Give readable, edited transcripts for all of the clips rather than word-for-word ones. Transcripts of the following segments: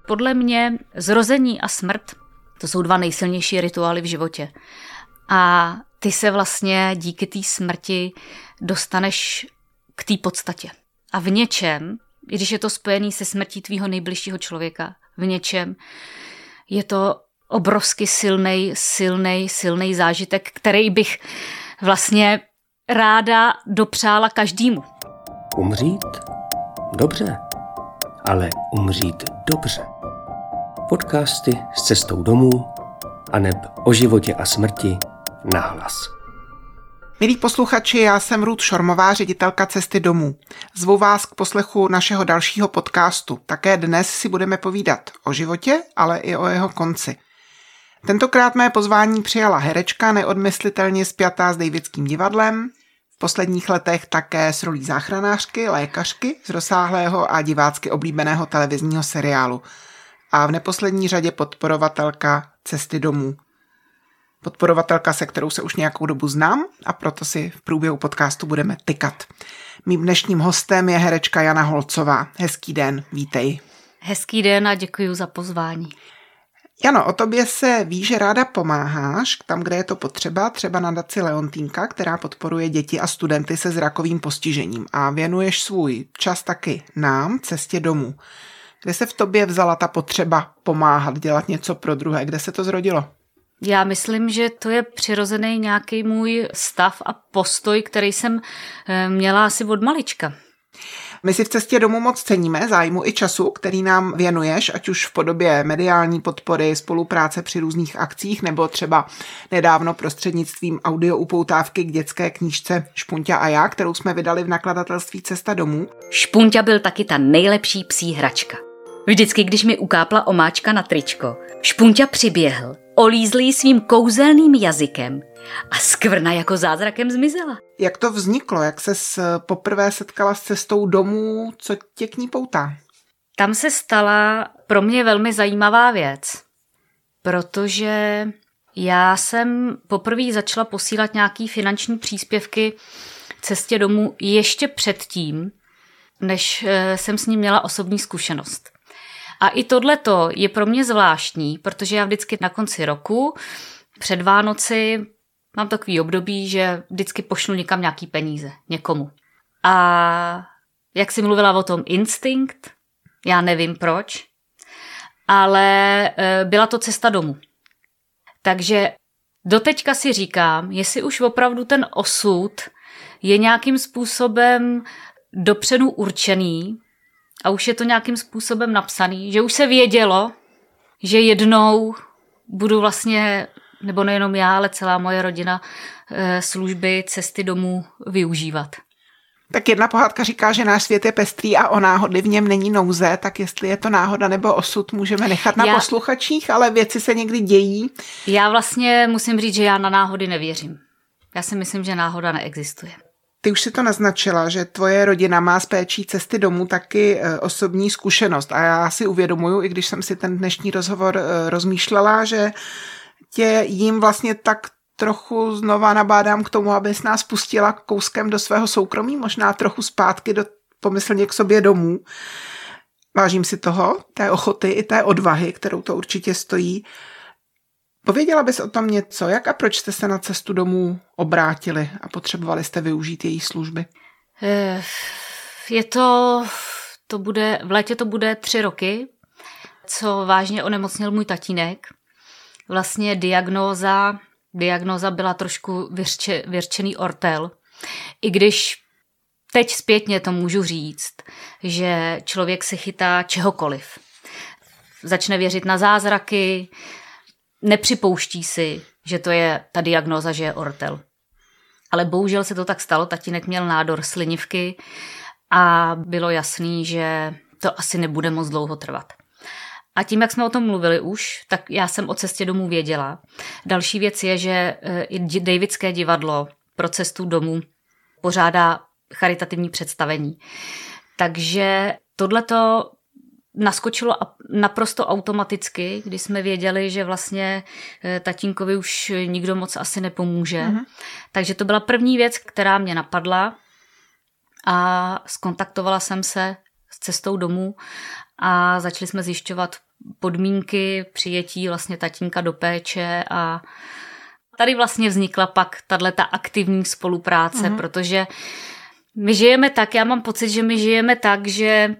Podle mě zrození a smrt, to jsou 2 nejsilnější rituály v životě. A ty se vlastně díky té smrti dostaneš k té podstatě. A v něčem, i když je to spojený se smrtí tvýho nejbližšího člověka, v něčem je to obrovsky silnej zážitek, který bych vlastně ráda dopřála každému. Umřít? Dobře, ale umřít dobře. Podcasty s cestou domů aneb o životě a smrti nahlas. Milí posluchači, já jsem Ruth Šormová, ředitelka Cesty domů. Zvu vás k poslechu našeho dalšího podcastu. Také dnes si budeme povídat o životě, ale i o jeho konci. Tentokrát mé pozvání přijala herečka neodmyslitelně spjatá s Davidským divadlem, v posledních letech také s rolí záchranářky, lékařky z rozsáhlého a divácky oblíbeného televizního seriálu a v neposlední řadě podporovatelka Cesty domů. Podporovatelka, se kterou se už nějakou dobu znám a proto si v průběhu podcastu budeme tykat. Mým dnešním hostem je herečka Jana Holcová. Hezký den, vítej. Hezký den a děkuji za pozvání. Jano, o tobě se ví, že ráda pomáháš tam, kde je to potřeba, třeba na nadaci Leontýnka, která podporuje děti a studenty se zrakovým postižením a věnuješ svůj čas taky nám, Cestě domů. Kde se v tobě vzala ta potřeba pomáhat, dělat něco pro druhé? Kde se to zrodilo? Já myslím, že to je přirozený nějaký můj stav a postoj, který jsem měla asi od malička. My si v Cestě domů moc ceníme zájmu i času, který nám věnuješ, ať už v podobě mediální podpory, spolupráce při různých akcích, nebo třeba nedávno prostřednictvím audio upoutávky k dětské knížce Špunťa a já, kterou jsme vydali v nakladatelství Cesta domů. Špunťa byl taky ta nejlepší psí hračka. Vždycky, když mi ukápla omáčka na tričko, Špunťa přiběhl, olízl jí svým kouzelným jazykem a skvrna jako zázrakem zmizela. Jak to vzniklo? Jak ses poprvé setkala s Cestou domů? Co tě k ní poutá? Tam se stala pro mě velmi zajímavá věc, protože já jsem poprvé začala posílat nějaký finanční příspěvky Cestě domů ještě předtím, než jsem s ní měla osobní zkušenost. A i tohleto je pro mě zvláštní, protože já vždycky na konci roku, před Vánoci, mám takový období, že vždycky pošlu někam nějaký peníze, někomu. A jak jsi mluvila o tom instinkt, já nevím proč, ale byla to Cesta domů. Takže doteďka si říkám, jestli už opravdu ten osud je nějakým způsobem dopředu určený a už je to nějakým způsobem napsaný, že už se vědělo, že jednou budu vlastně, nebo nejenom já, ale celá moje rodina služby Cesty domů využívat. Tak jedna pohádka říká, že náš svět je pestrý a o náhody v něm není nouze, tak jestli je to náhoda nebo osud, můžeme nechat na posluchačích, ale věci se někdy dějí. Já vlastně musím říct, že já na náhody nevěřím. Já si myslím, že náhoda neexistuje. Ty už si to naznačila, že tvoje rodina má s péčí Cesty domů taky osobní zkušenost a já si uvědomuju, i když jsem si ten dnešní rozhovor rozmýšlela, že tě jim vlastně tak trochu znova nabádám k tomu, abys nás pustila kouskem do svého soukromí, možná trochu zpátky pomyslně k sobě domů. Vážím si toho, té ochoty i té odvahy, kterou to určitě stojí. Pověděla bys o tom něco, jak a proč jste se na Cestu domů obrátili a potřebovali jste využít její služby? V létě to bude 3 roky, co vážně onemocněl můj tatínek. Vlastně diagnóza byla trošku vyřčený ortel. I když teď zpětně to můžu říct, že člověk se chytá čehokoliv. Začne věřit na zázraky, nepřipouští si, že to je ta diagnóza, že je ortel. Ale bohužel se to tak stalo, tatínek měl nádor slinivky a bylo jasný, že to asi nebude moc dlouho trvat. A tím, jak jsme o tom mluvili už, tak já jsem o Cestě domů věděla. Další věc je, že i Davidské divadlo pro Cestu domů pořádá charitativní představení. Takže tohleto naskočilo naprosto automaticky, když jsme věděli, že vlastně tatínkovi už nikdo moc asi nepomůže. Mm-hmm. Takže to byla první věc, která mě napadla a skontaktovala jsem se s Cestou domů a začali jsme zjišťovat přijetí vlastně tatínka do péče a tady vlastně vznikla pak tato aktivní spolupráce, protože my žijeme tak, já mám pocit, že my žijeme tak, že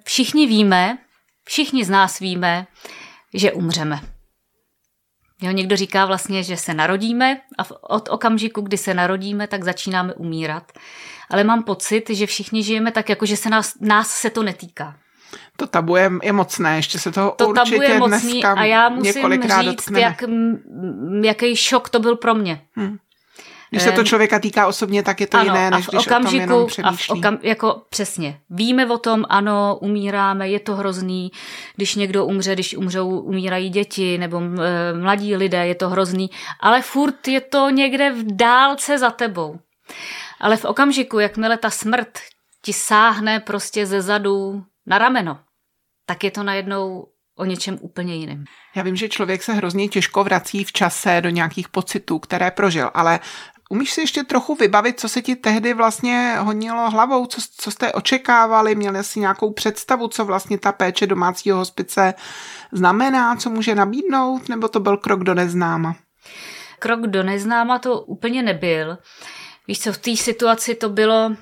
všichni z nás víme, že umřeme. Jo, někdo říká vlastně, že se narodíme a od okamžiku, kdy se narodíme, tak začínáme umírat. Ale mám pocit, že všichni žijeme tak, jako že se nás se to netýká. To tabu je mocné, ještě se toho určitě dneska a já musím několikrát říct, dotkneme. jaký šok to byl pro mě. Když se to člověka týká osobně, tak je to jiné, než když o tom jenom přemýšlí. Jako přesně. Víme o tom, ano, umíráme, je to hrozný. Když někdo umře, umírají děti nebo mladí lidé, je to hrozný. Ale furt je to někde v dálce za tebou. Ale v okamžiku, jakmile ta smrt ti sáhne prostě ze zadu na rameno, tak je to najednou o něčem úplně jiném. Já vím, že člověk se hrozně těžko vrací v čase do nějakých pocitů, které prožil, ale umíš si ještě trochu vybavit, co se ti tehdy vlastně honilo hlavou, co jste očekávali, měli jsi nějakou představu, co vlastně ta péče domácího hospice znamená, co může nabídnout, nebo to byl krok do neznáma? Krok do neznáma to úplně nebyl. Víš co, v té situaci to bylo,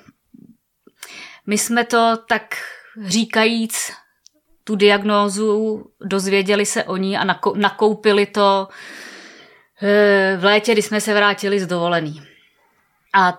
my jsme to tak říkajíc, tu diagnózu, dozvěděli se o ní a nakoupili to v létě, kdy jsme se vrátili z dovolený. A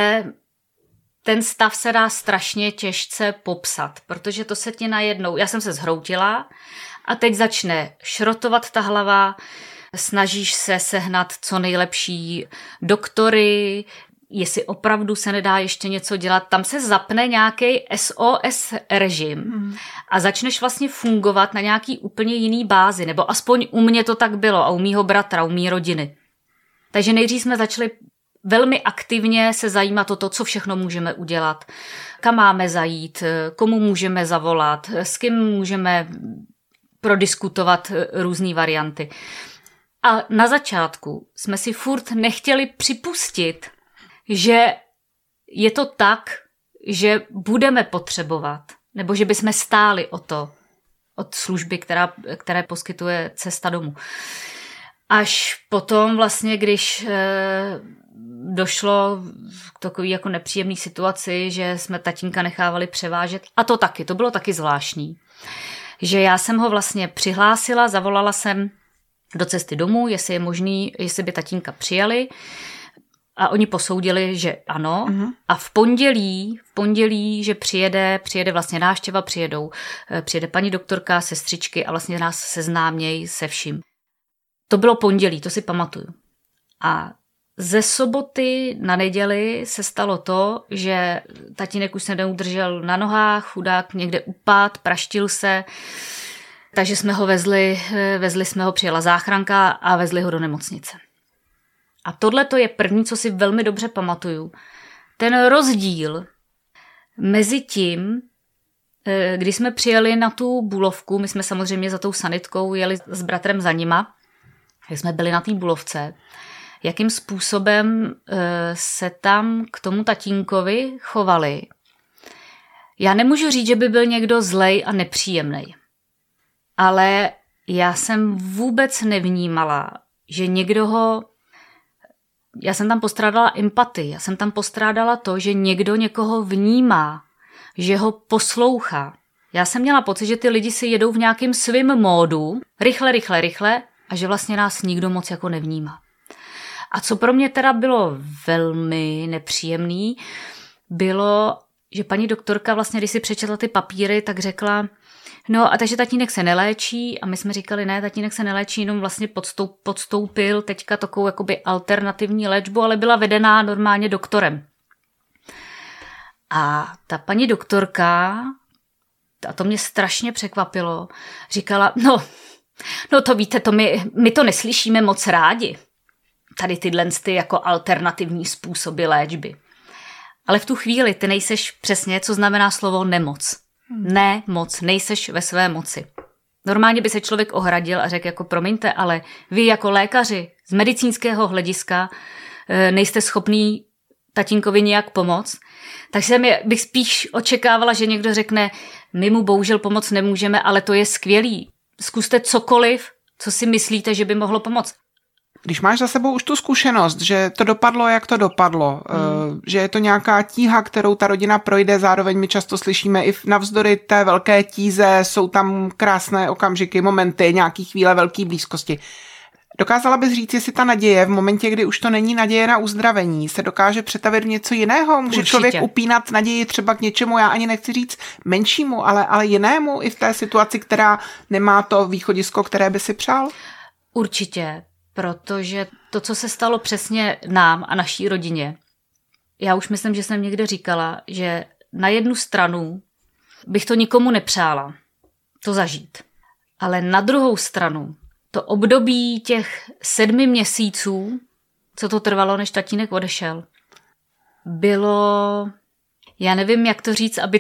ten stav se dá strašně těžce popsat, protože to se ti najednou, já jsem se zhroutila a teď začne šrotovat ta hlava, snažíš se sehnat co nejlepší doktory, jestli opravdu se nedá ještě něco dělat, tam se zapne nějaký SOS režim a začneš vlastně fungovat na nějaký úplně jiný bázi, nebo aspoň u mě to tak bylo a u mýho bratra, u mý rodiny. Takže nejdřív jsme začali velmi aktivně se zajímat o to, co všechno můžeme udělat, kam máme zajít, komu můžeme zavolat, s kým můžeme prodiskutovat různé varianty. A na začátku jsme si furt nechtěli připustit, že je to tak, že budeme potřebovat, nebo že bychom stáli o to, od služby, které poskytuje Cesta domů. Až potom vlastně, když došlo k takové jako nepříjemné situaci, že jsme tatínka nechávali převážet, a to bylo taky zvláštní, že já jsem ho vlastně přihlásila, zavolala jsem do Cesty domů, jestli je možný, jestli by tatínka přijali, a oni posoudili, že ano. A v pondělí, že přijede vlastně návštěva, přijede paní doktorka, sestřičky a vlastně nás seznámějí se vším. To bylo pondělí, to si pamatuju. A ze soboty na neděli se stalo to, že tatínek už se neudržel na nohách, chudák někde upad, praštil se, takže jsme ho přijela záchranka a vezli ho do nemocnice. A tohle to je první, co si velmi dobře pamatuju. Ten rozdíl mezi tím, když jsme přijeli na tu Bulovku, my jsme samozřejmě za tou sanitkou jeli s bratrem za nima, jak jsme byli na té Bulovce, jakým způsobem se tam k tomu tatínkovi chovali. Já nemůžu říct, že by byl někdo zlej a nepříjemnej, ale já jsem vůbec nevnímala, že já jsem tam postrádala empatii, já jsem tam postrádala to, že někdo někoho vnímá, že ho poslouchá. Já jsem měla pocit, že ty lidi si jedou v nějakém svým módu, rychle a že vlastně nás nikdo moc jako nevnímá. A co pro mě teda bylo velmi nepříjemný, bylo, že paní doktorka vlastně, když si přečetla ty papíry, tak řekla, no a takže tatínek se neléčí a my jsme říkali, ne, tatínek se neléčí, jenom vlastně podstoupil teďka takovou jakoby alternativní léčbu, ale byla vedená normálně doktorem. A ta paní doktorka, a to mě strašně překvapilo, říkala, no to víte, my to neslyšíme moc rádi. Tady tyhle jako alternativní způsoby léčby. Ale v tu chvíli ty nejseš přesně, co znamená slovo nemoc. Ne moc, nejseš ve své moci. Normálně by se člověk ohradil a řekl jako promiňte, ale vy jako lékaři z medicínského hlediska nejste schopný tatínkovi nějak pomoct. Takže bych spíš očekávala, že někdo řekne, my mu bohužel pomoct nemůžeme, ale to je skvělý. zkuste cokoliv, co si myslíte, že by mohlo pomoct. Když máš za sebou už tu zkušenost, že to dopadlo, jak to dopadlo, že je to nějaká tíha, kterou ta rodina projde, zároveň my často slyšíme i navzdory té velké tíze, jsou tam krásné okamžiky, momenty, nějaký chvíle velké blízkosti. Dokázala bys říct, jestli ta naděje v momentě, kdy už to není naděje na uzdravení, se dokáže přetavit v něco jiného? Může člověk upínat naději třeba k něčemu, já ani nechci říct menšímu, ale jinému i v té situaci, která nemá to východisko, které by si přál? Určitě, protože to, co se stalo přesně nám a naší rodině, já už myslím, že jsem někde říkala, že na jednu stranu bych to nikomu nepřála, to zažít. Ale na druhou stranu to období těch 7 měsíců, co to trvalo, než tatínek odešel, bylo, já nevím, jak to říct, aby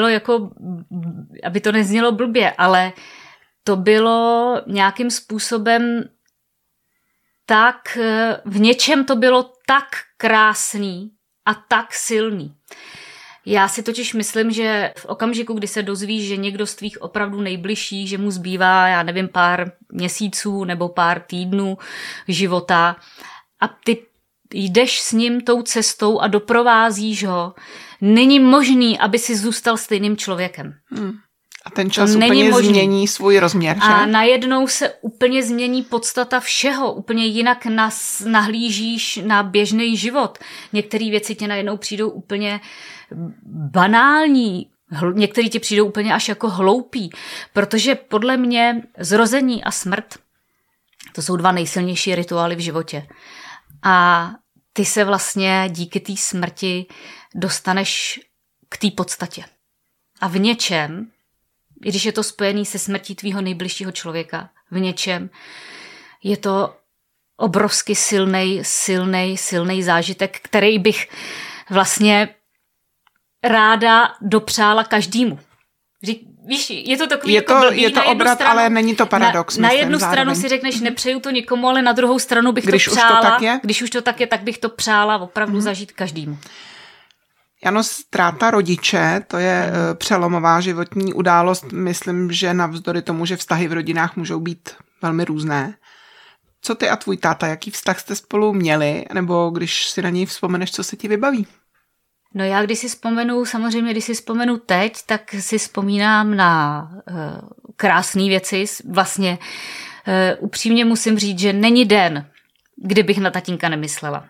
to neznělo blbě, ale to bylo nějakým způsobem tak, v něčem to bylo tak krásný a tak silný. Já si totiž myslím, že v okamžiku, kdy se dozvíš, že někdo z tvých opravdu nejbližších, že mu zbývá, já nevím, pár měsíců nebo pár týdnů života a ty jdeš s ním tou cestou a doprovázíš ho, není možný, aby si zůstal stejným člověkem. A ten čas úplně změní svůj rozměr, že? A najednou se úplně změní podstata všeho, úplně jinak nahlížíš na běžný život. Některé věci tě najednou přijdou úplně banální, některé ti přijdou úplně až jako hloupí, protože podle mě zrození a smrt, to jsou 2 nejsilnější rituály v životě. A ty se vlastně díky té smrti dostaneš k té podstatě. A v něčem, i když je to spojený se smrtí tvýho nejbližšího člověka, v něčem je to obrovsky silnej zážitek, který bych vlastně ráda dopřála každému. Víš, je to takový jako blbý. Je to obrat, stranu, ale není to paradox. Na jednu stranu si řekneš, nepřeju to nikomu, ale na druhou stranu bych když to přála. Když už to tak je, tak bych to přála opravdu zažít každému. Jano, ztráta rodiče, to je přelomová životní událost. Myslím, že navzdory tomu, že vztahy v rodinách můžou být velmi různé. Co ty a tvůj táta, jaký vztah jste spolu měli, nebo když si na něj vzpomeneš, co se ti vybaví? No já když si vzpomenu teď, tak si vzpomínám na krásné věci. Vlastně upřímně musím říct, že není den, kdybych na tatínka nemyslela.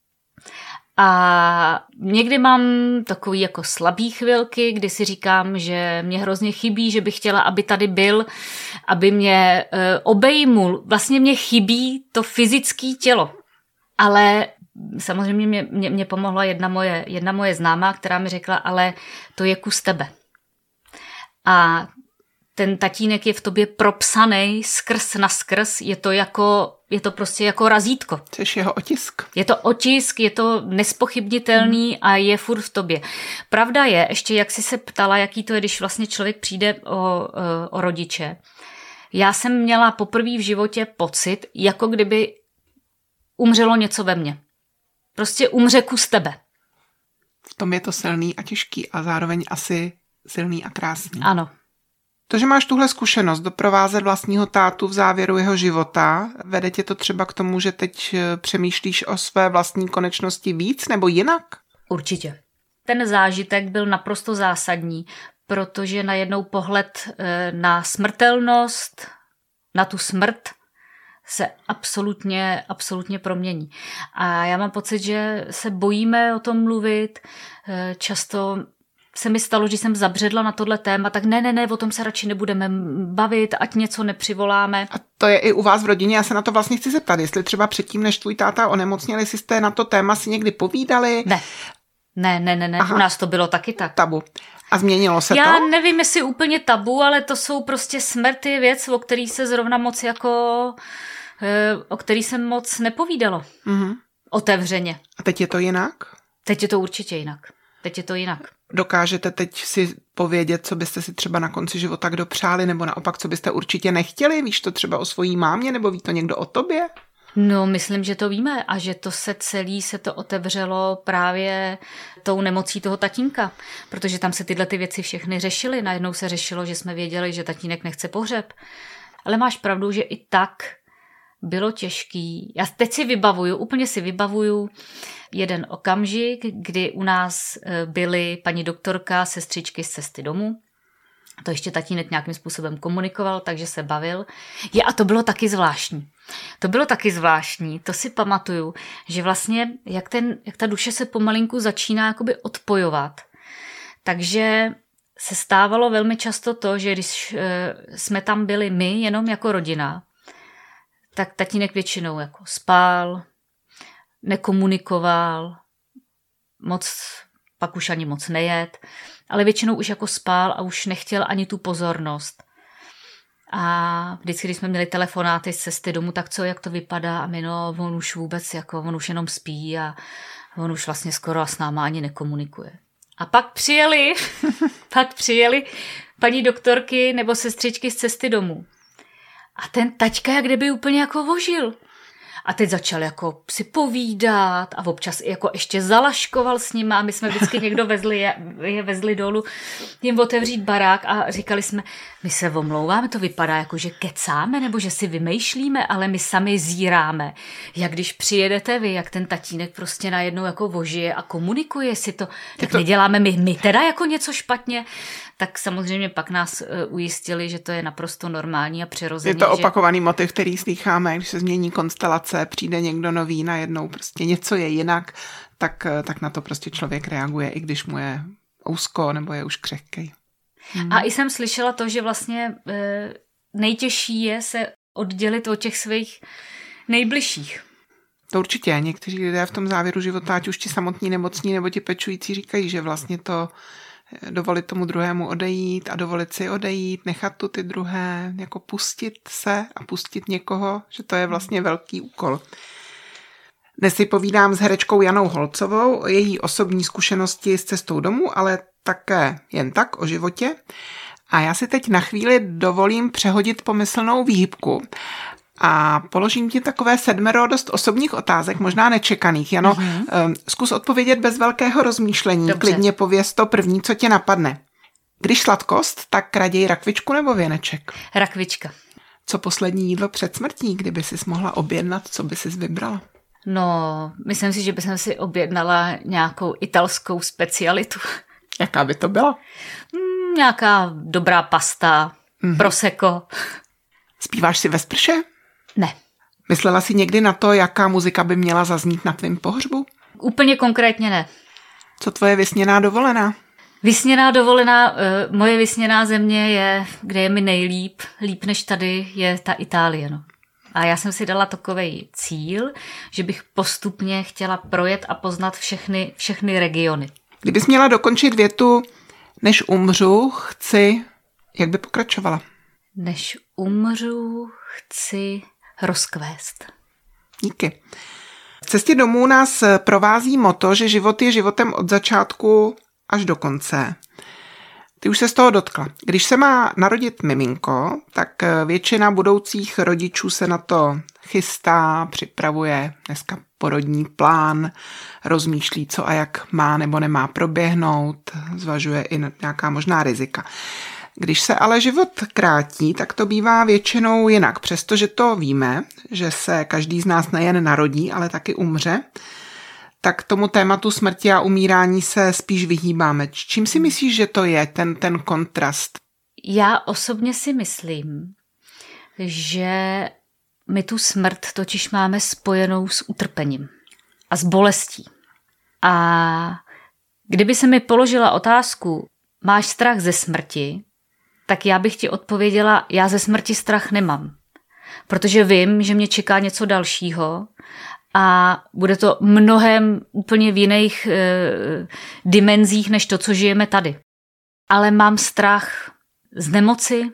A někdy mám takový jako slabý chvilky, kdy si říkám, že mě hrozně chybí, že bych chtěla, aby tady byl, aby mě obejmul. Vlastně mě chybí to fyzické tělo. Ale samozřejmě mě pomohla jedna moje známá, která mi řekla, ale to je kus tebe. A ten tatínek je v tobě propsaný skrz na skrz, je to prostě jako razítko. Což jeho otisk. Je to otisk, je to nespochybnitelný a je furt v tobě. Pravda je, ještě jak jsi se ptala, jaký to je, když vlastně člověk přijde o rodiče. Já jsem měla poprvé v životě pocit, jako kdyby umřelo něco ve mně. Prostě umře kus tebe. V tom je to silný a těžký a zároveň asi silný a krásný. Ano. To, že máš tuhle zkušenost doprovázet vlastního tátu v závěru jeho života, vede tě to třeba k tomu, že teď přemýšlíš o své vlastní konečnosti víc nebo jinak? Určitě. Ten zážitek byl naprosto zásadní, protože najednou pohled na smrtelnost, na tu smrt se absolutně promění. A já mám pocit, že se bojíme o tom mluvit. Často se mi stalo, že jsem zabředla na tohle téma, tak ne, o tom se radši nebudeme bavit, ať něco nepřivoláme. A to je i u vás v rodině, já se na to vlastně chci zeptat, jestli třeba předtím, než tvůj táta onemocněl, jestli jste na to téma si někdy povídali? Ne, Aha. U nás to bylo taky tak. Tabu. A změnilo se to? Já nevím, jestli úplně tabu, ale to jsou prostě smrty věc, o který se zrovna moc o který se moc nepovídalo. Mm-hmm. Otevřeně. A teď je to jinak? Teď je to určitě jinak. Dokážete teď si povědět, co byste si třeba na konci života kdo přáli, nebo naopak, co byste určitě nechtěli? Víš to třeba o svojí mámě, nebo ví to někdo o tobě? No, myslím, že to víme a že to se to otevřelo právě tou nemocí toho tatínka, protože tam se tyhle ty věci všechny řešily. Najednou se řešilo, že jsme věděli, že tatínek nechce pohřeb. Ale máš pravdu, že i tak bylo těžký. Já teď úplně si vybavuju jeden okamžik, kdy u nás byly paní doktorka, sestřičky z cesty domů. To ještě tatínek nějakým způsobem komunikoval, takže se bavil. A to bylo taky zvláštní. To si pamatuju, že vlastně jak ta duše se pomalinku začíná jakoby odpojovat. Takže se stávalo velmi často to, že když jsme tam byli my jenom jako rodina, tak tatínek většinou jako spál, nekomunikoval, pak už ani moc nejet, ale většinou už jako spál a už nechtěl ani tu pozornost. A vždycky, když jsme měli telefonáty z cesty domů, tak co, jak to vypadá? A my on už vůbec, on už jenom spí a on už vlastně skoro s náma ani nekomunikuje. A pak přijeli paní doktorky nebo sestřičky z cesty domů. A ten taťka jak kdyby úplně jako ožil. A teď začal jako si povídat a občas jako ještě zalaškoval s nima a my jsme vždycky někdo vezli dolů jim otevřít barák a říkali jsme, my se omlouváme, to vypadá jako, že kecáme nebo že si vymýšlíme, ale my sami zíráme. Jak když přijedete vy, jak ten tatínek prostě najednou jako ožije a komunikuje si to, tak neděláme my teda jako něco špatně. Tak samozřejmě pak nás ujistili, že to je naprosto normální a přirozené. Je to opakovaný motiv, který slýcháme, když se změní konstelace, přijde někdo nový, najednou prostě něco je jinak, tak na to prostě člověk reaguje, i když mu je úzko nebo je už křehkej. A i jsem slyšela to, že vlastně nejtěžší je se oddělit od těch svých nejbližších. To určitě. Někteří lidé v tom závěru života, ať už ti samotní nemocní nebo ti pečující, říkají, že vlastně to dovolit tomu druhému odejít a dovolit si odejít, nechat tu ty druhé, jako pustit se a pustit někoho, že to je vlastně velký úkol. Dnes si povídám s herečkou Janou Holcovou o její osobní zkušenosti s cestou domů, ale také jen tak o životě. A já si teď na chvíli dovolím přehodit pomyslnou výhybku a položím ti takové 7 dost osobních otázek, možná nečekaných. Jano, zkus odpovědět bez velkého rozmýšlení. Dobře. Klidně pověz to první, co tě napadne. Když sladkost, tak raději rakvičku nebo věneček? Rakvička. Co poslední jídlo před smrtí, kdyby sis mohla objednat, co by sis vybrala? No, myslím si, že bych si objednala nějakou italskou specialitu. Jaká by to byla? Nějaká dobrá pasta, prosecco. Zpíváš si ve sprše? Ne. Myslela jsi někdy na to, jaká muzika by měla zaznít na tvém pohřbu? Úplně konkrétně ne. Co tvoje vysněná dovolená? Vysněná dovolená, moje vysněná země je, kde je mi nejlíp, líp než tady, je ta Itálie. No. A já jsem si dala takovej cíl, že bych postupně chtěla projet a poznat všechny regiony. Kdybys měla dokončit větu, než umřu, chci, jak by pokračovala? Než umřu, chci rozkvést. Díky. V cestě domů nás provází motto, že život je životem od začátku až do konce. Ty už se z toho dotkla. Když se má narodit miminko, tak většina budoucích rodičů se na to chystá, připravuje dneska porodní plán, rozmýšlí, co a jak má nebo nemá proběhnout, zvažuje i nějaká možná rizika. Když se ale život krátí, tak to bývá většinou jinak. Přestože to víme, že se každý z nás nejen narodí, ale taky umře, tak tomu tématu smrti a umírání se spíš vyhýbáme. Čím si myslíš, že to je ten kontrast? Já osobně si myslím, že my tu smrt totiž máme spojenou s utrpením a s bolestí. A kdyby se mi položila otázku, máš strach ze smrti, tak já bych ti odpověděla, já ze smrti strach nemám. Protože vím, že mě čeká něco dalšího a bude to mnohem úplně v jiných dimenzích, než to, co žijeme tady. Ale mám strach z nemoci,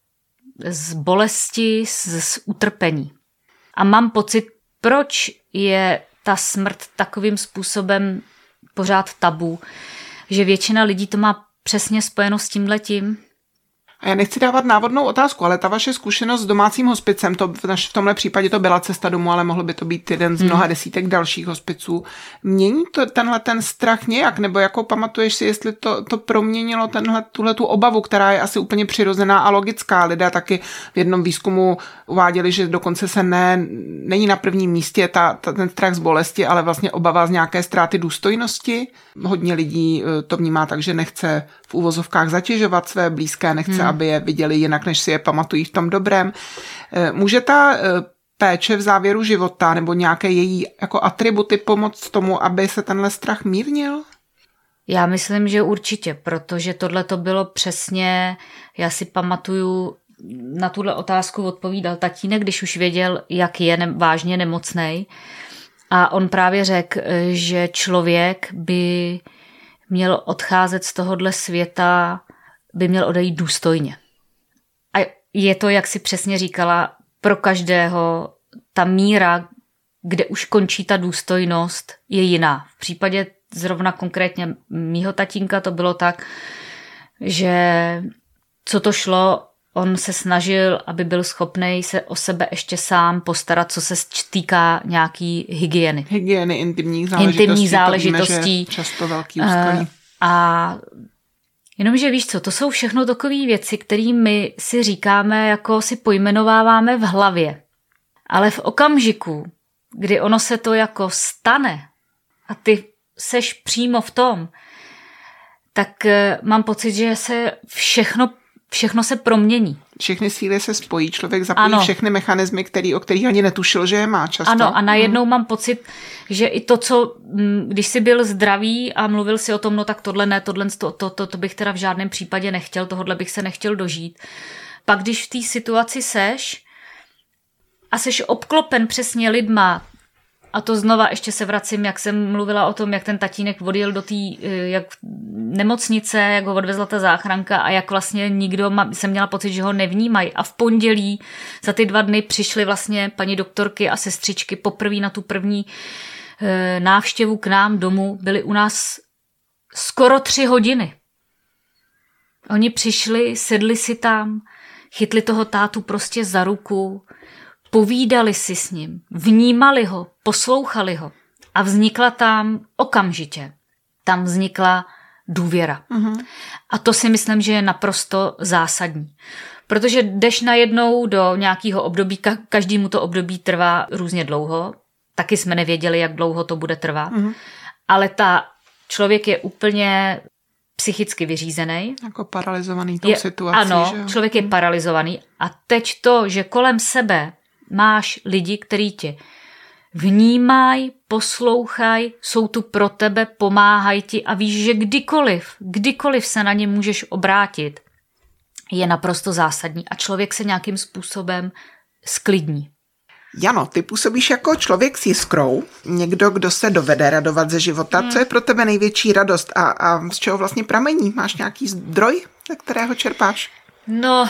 z bolesti, z utrpení. A mám pocit, proč je ta smrt takovým způsobem pořád tabu, že většina lidí to má přesně spojeno s tímhletím. A já nechci dávat návodnou otázku, ale ta vaše zkušenost s domácím hospicem, to v tomhle případě to byla cesta domů, ale mohlo by to být jeden z mnoha desítek dalších hospiců. Mění to tenhle ten strach nějak? Nebo jako pamatuješ si, jestli to proměnilo tuhletu obavu, která je asi úplně přirozená a logická? Lidé taky v jednom výzkumu uváděli, že dokonce se není na prvním místě ten strach z bolesti, ale vlastně obava z nějaké ztráty důstojnosti. Hodně lidí to vnímá tak, že nechce v uvozovkách zatěžovat své blízké, nechce, aby je viděli jinak, než si je pamatují v tom dobrém. Může ta péče v závěru života nebo nějaké její jako atributy pomoct tomu, aby se tenhle strach mírnil? Já myslím, že určitě, protože tohle to bylo přesně, já si pamatuju, na tuhle otázku odpovídal tatínek, když už věděl, jak je vážně nemocnej. A on právě řekl, že člověk by měl odcházet z tohohle světa, by měl odejít důstojně. A je to, jak si přesně říkala, pro každého ta míra, kde už končí ta důstojnost, je jiná. V případě zrovna konkrétně mýho tatínka to bylo tak, že co to šlo, on se snažil, aby byl schopnej se o sebe ještě sám postarat, co se týká nějaký hygieny. Hygieny, intimních záležitostí. To víme, že často velký úskalí. A jenomže víš co, to jsou všechno takové věci, které my si říkáme, jako si pojmenováváme v hlavě. Ale v okamžiku, kdy ono se to jako stane a ty seš přímo v tom, tak mám pocit, že se všechno se promění. Všechny síly se spojí, člověk zapojí všechny mechanismy, o kterých ani netušil, že je má často. Ano, a najednou mám pocit, že i to, co, když jsi byl zdravý a mluvil si o tom, no tak tohle ne, to bych teda v žádném případě nechtěl, tohle bych se nechtěl dožít. Pak když v té situaci seš a seš obklopen přesně lidma, a to znova ještě se vracím, jak jsem mluvila o tom, jak ten tatínek odjel do té nemocnice, jak ho odvezla ta záchranka a jak vlastně jsem měla pocit, že ho nevnímají. A v pondělí za ty 2 dny přišly vlastně paní doktorky a sestřičky poprvé na tu první návštěvu k nám domů. Byli u nás skoro 3 hodiny. Oni přišli, sedli si tam, chytli toho tátu prostě za ruku, povídali si s ním, vnímali ho, poslouchali ho a vznikla tam okamžitě. Tam vznikla důvěra. A to si myslím, že je naprosto zásadní. Protože jdeš najednou do nějakého období, každému to období trvá různě dlouho, taky jsme nevěděli, jak dlouho to bude trvat, ale člověk je úplně psychicky vyřízený. Jako paralizovaný tou situací. Ano, že? Člověk je paralizovaný a teď to, že kolem sebe máš lidi, kteří tě vnímají, poslouchají, jsou tu pro tebe, pomáhají ti a víš, že kdykoliv se na ně můžeš obrátit, je naprosto zásadní a člověk se nějakým způsobem sklidní. Jano, ty působíš jako člověk s jiskrou, někdo, kdo se dovede radovat ze života. Co je pro tebe největší radost a z čeho vlastně pramení? Máš nějaký zdroj, ze kterého čerpáš? No,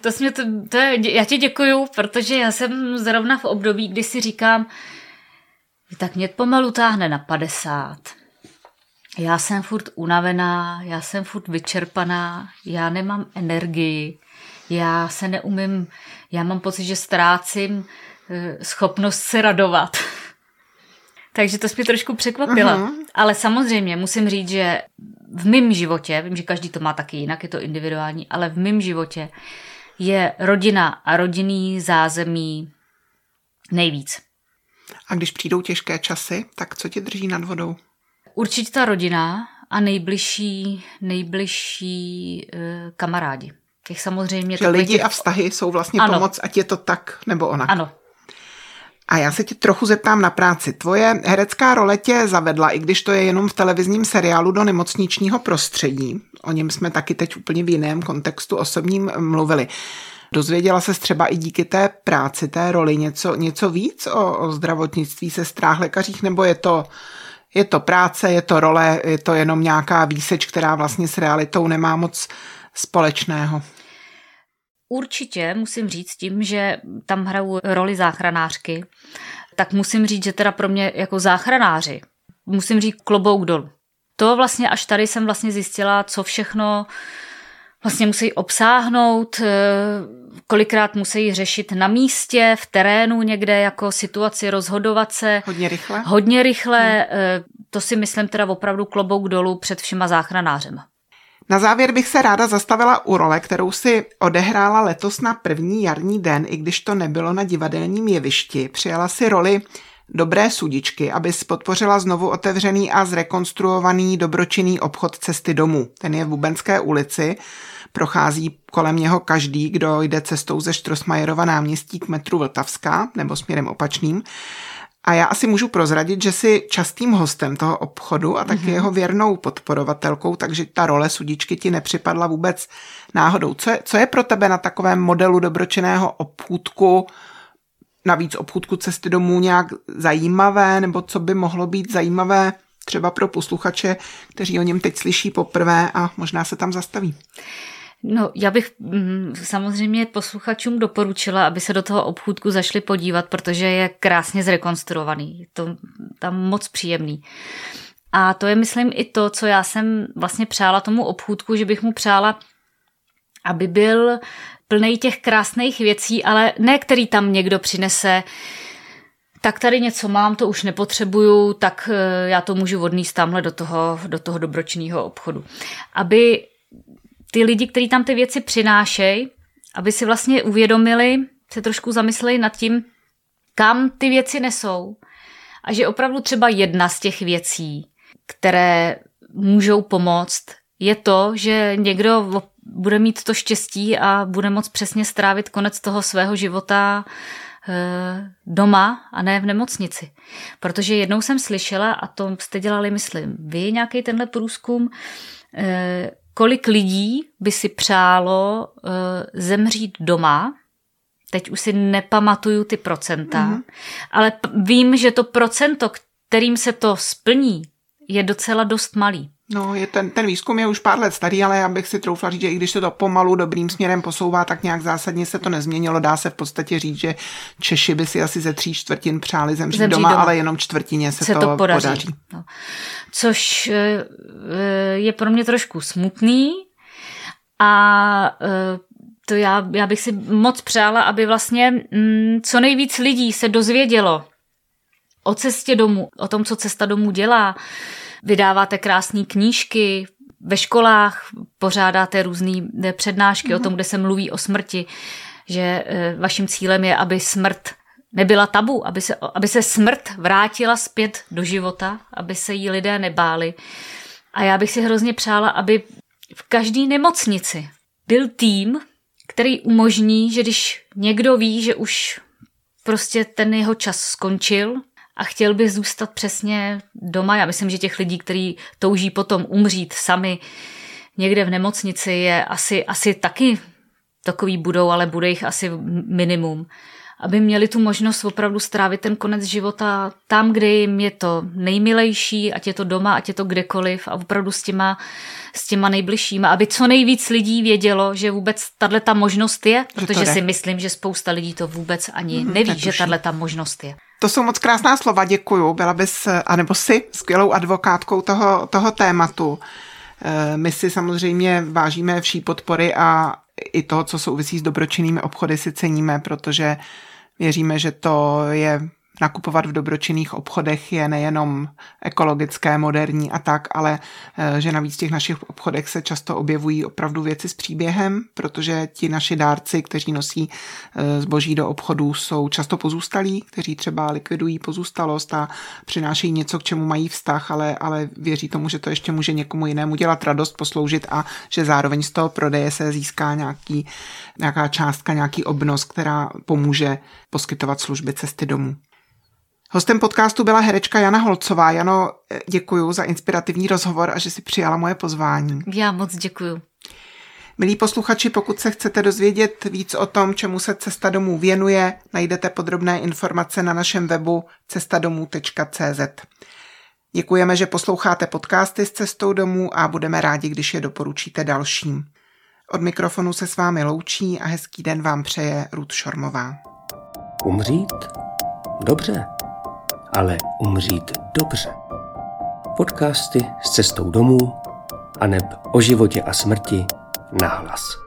já ti děkuju, protože já jsem zrovna v období, kdy si říkám, tak mě pomalu táhne na 50. Já jsem furt unavená, já jsem furt vyčerpaná, já nemám energii, já se neumím, já mám pocit, že ztrácím schopnost se radovat. Takže to jsi mě trošku překvapila. Ale samozřejmě musím říct, že v mém životě, vím, že každý to má taky jinak, je to individuální, ale v mém životě je rodina a rodinný zázemí nejvíc. A když přijdou těžké časy, tak co tě drží nad vodou? Určitě ta rodina a nejbližší kamarádi. Těch samozřejmě... Že lidi a vztahy jsou vlastně pomoc, ať je to tak nebo onak. Ano. A já se tě trochu zeptám na práci. Tvoje herecká role tě zavedla, i když to je jenom v televizním seriálu, do nemocničního prostředí. O něm jsme taky teď úplně v jiném kontextu osobním mluvili. Dozvěděla ses třeba i díky té práci, té roli něco víc o zdravotnictví, sestrách, lékařích, nebo je to práce, je to role, je to jenom nějaká výseč, která vlastně s realitou nemá moc společného? Určitě musím říct tím, že tam hrajou roli záchranářky, tak musím říct, že teda pro mě jako záchranáři, musím říct klobouk dolů. To vlastně až tady jsem vlastně zjistila, co všechno vlastně musí obsáhnout, kolikrát musí řešit na místě, v terénu někde jako situaci, rozhodovat se. Hodně rychle. To si myslím teda opravdu klobouk dolů před všema záchranářema. Na závěr bych se ráda zastavila u role, kterou si odehrála letos na první jarní den, i když to nebylo na divadelním jevišti. Přijala si roli dobré sudičky, abys podpořila znovu otevřený a zrekonstruovaný dobročinný obchod Cesty domů. Ten je v Bubenské ulici, prochází kolem něho každý, kdo jde cestou ze Štrosmajerova náměstí k metru Vltavská nebo směrem opačným. A já asi můžu prozradit, že jsi častým hostem toho obchodu a taky jeho věrnou podporovatelkou, takže ta role sudičky ti nepřipadla vůbec náhodou. Co je pro tebe na takovém modelu dobročinného obchůdku, navíc obchůdku Cesty domů, nějak zajímavé, nebo co by mohlo být zajímavé třeba pro posluchače, kteří o něm teď slyší poprvé a možná se tam zastaví? No, já bych samozřejmě posluchačům doporučila, aby se do toho obchůdku zašli podívat, protože je krásně zrekonstruovaný. Je to tam moc příjemný. A to je, myslím, i to, co já jsem vlastně přála tomu obchůdku, že bych mu přála, aby byl plnej těch krásných věcí, ale ne který tam někdo přinese, tak tady něco mám, to už nepotřebuju, tak já to můžu odníst tamhle do toho dobročinného obchodu. Aby ty lidi, kteří tam ty věci přinášejí, aby si vlastně uvědomili, se trošku zamysleli nad tím, kam ty věci nesou. A že opravdu třeba jedna z těch věcí, které můžou pomoct, je to, že někdo bude mít to štěstí a bude moct přesně strávit konec toho svého života doma a ne v nemocnici. Protože jednou jsem slyšela, a to jste dělali, myslím, vy nějaký tenhle průzkum, kolik lidí by si přálo zemřít doma. Teď už si nepamatuju ty procenta, ale vím, že to procento, kterým se to splní, je docela dost malý. No, ten výzkum je už pár let starý, ale já bych si troufla říct, že i když se to pomalu dobrým směrem posouvá, tak nějak zásadně se to nezměnilo. Dá se v podstatě říct, že Češi by si asi ze 3/4 přáli zemřít doma, ale jenom čtvrtině se to podaří. No. Což je pro mě trošku smutný a to já bych si moc přála, aby vlastně co nejvíc lidí se dozvědělo o cestě domů, o tom, co Cesta domů dělá. Vydáváte krásné knížky, ve školách pořádáte různé přednášky o tom, kde se mluví o smrti, že vaším cílem je, aby smrt nebyla tabu, aby se smrt vrátila zpět do života, aby se jí lidé nebáli. A já bych si hrozně přála, aby v každé nemocnici byl tým, který umožní, že když někdo ví, že už prostě ten jeho čas skončil a chtěl by zůstat přesně doma. Já myslím, že těch lidí, kteří touží potom umřít sami někde v nemocnici, je asi taky takový budou, ale bude jich asi minimum. Aby měli tu možnost opravdu strávit ten konec života tam, kde jim je to nejmilejší, ať je to doma, ať je to kdekoliv a opravdu s těma nejbližšíma. Aby co nejvíc lidí vědělo, že vůbec tato možnost je, protože si myslím, že spousta lidí to vůbec ani neví, že tato možnost je. To jsou moc krásná slova, děkuju. Byla bys, anebo jsi skvělou advokátkou toho tématu. My si samozřejmě vážíme vší podpory a i toho, co souvisí s dobročinnými obchody, si ceníme, protože věříme, že to je nakupovat v dobročinných obchodech je nejenom ekologické, moderní a tak, ale že navíc v těch našich obchodech se často objevují opravdu věci s příběhem, protože ti naši dárci, kteří nosí zboží do obchodů, jsou často pozůstalí, kteří třeba likvidují pozůstalost a přinášejí něco, k čemu mají vztah, ale věří tomu, že to ještě může někomu jinému dělat radost, posloužit a že zároveň z toho prodeje se získá nějaká částka, nějaký obnos, která pomůže poskytovat služby Cesty domů. Hostem podcastu byla herečka Jana Holcová. Jano, děkuju za inspirativní rozhovor a že si přijala moje pozvání. Já moc děkuju. Milí posluchači, pokud se chcete dozvědět víc o tom, čemu se Cesta domů věnuje, najdete podrobné informace na našem webu cestadomů.cz. Děkujeme, že posloucháte podcasty s Cestou domů a budeme rádi, když je doporučíte dalším. Od mikrofonu se s vámi loučí a hezký den vám přeje Ruth Šormová. Umřít? Dobře. Ale umřít dobře. Podcasty s Cestou domů aneb o životě a smrti v nahlas.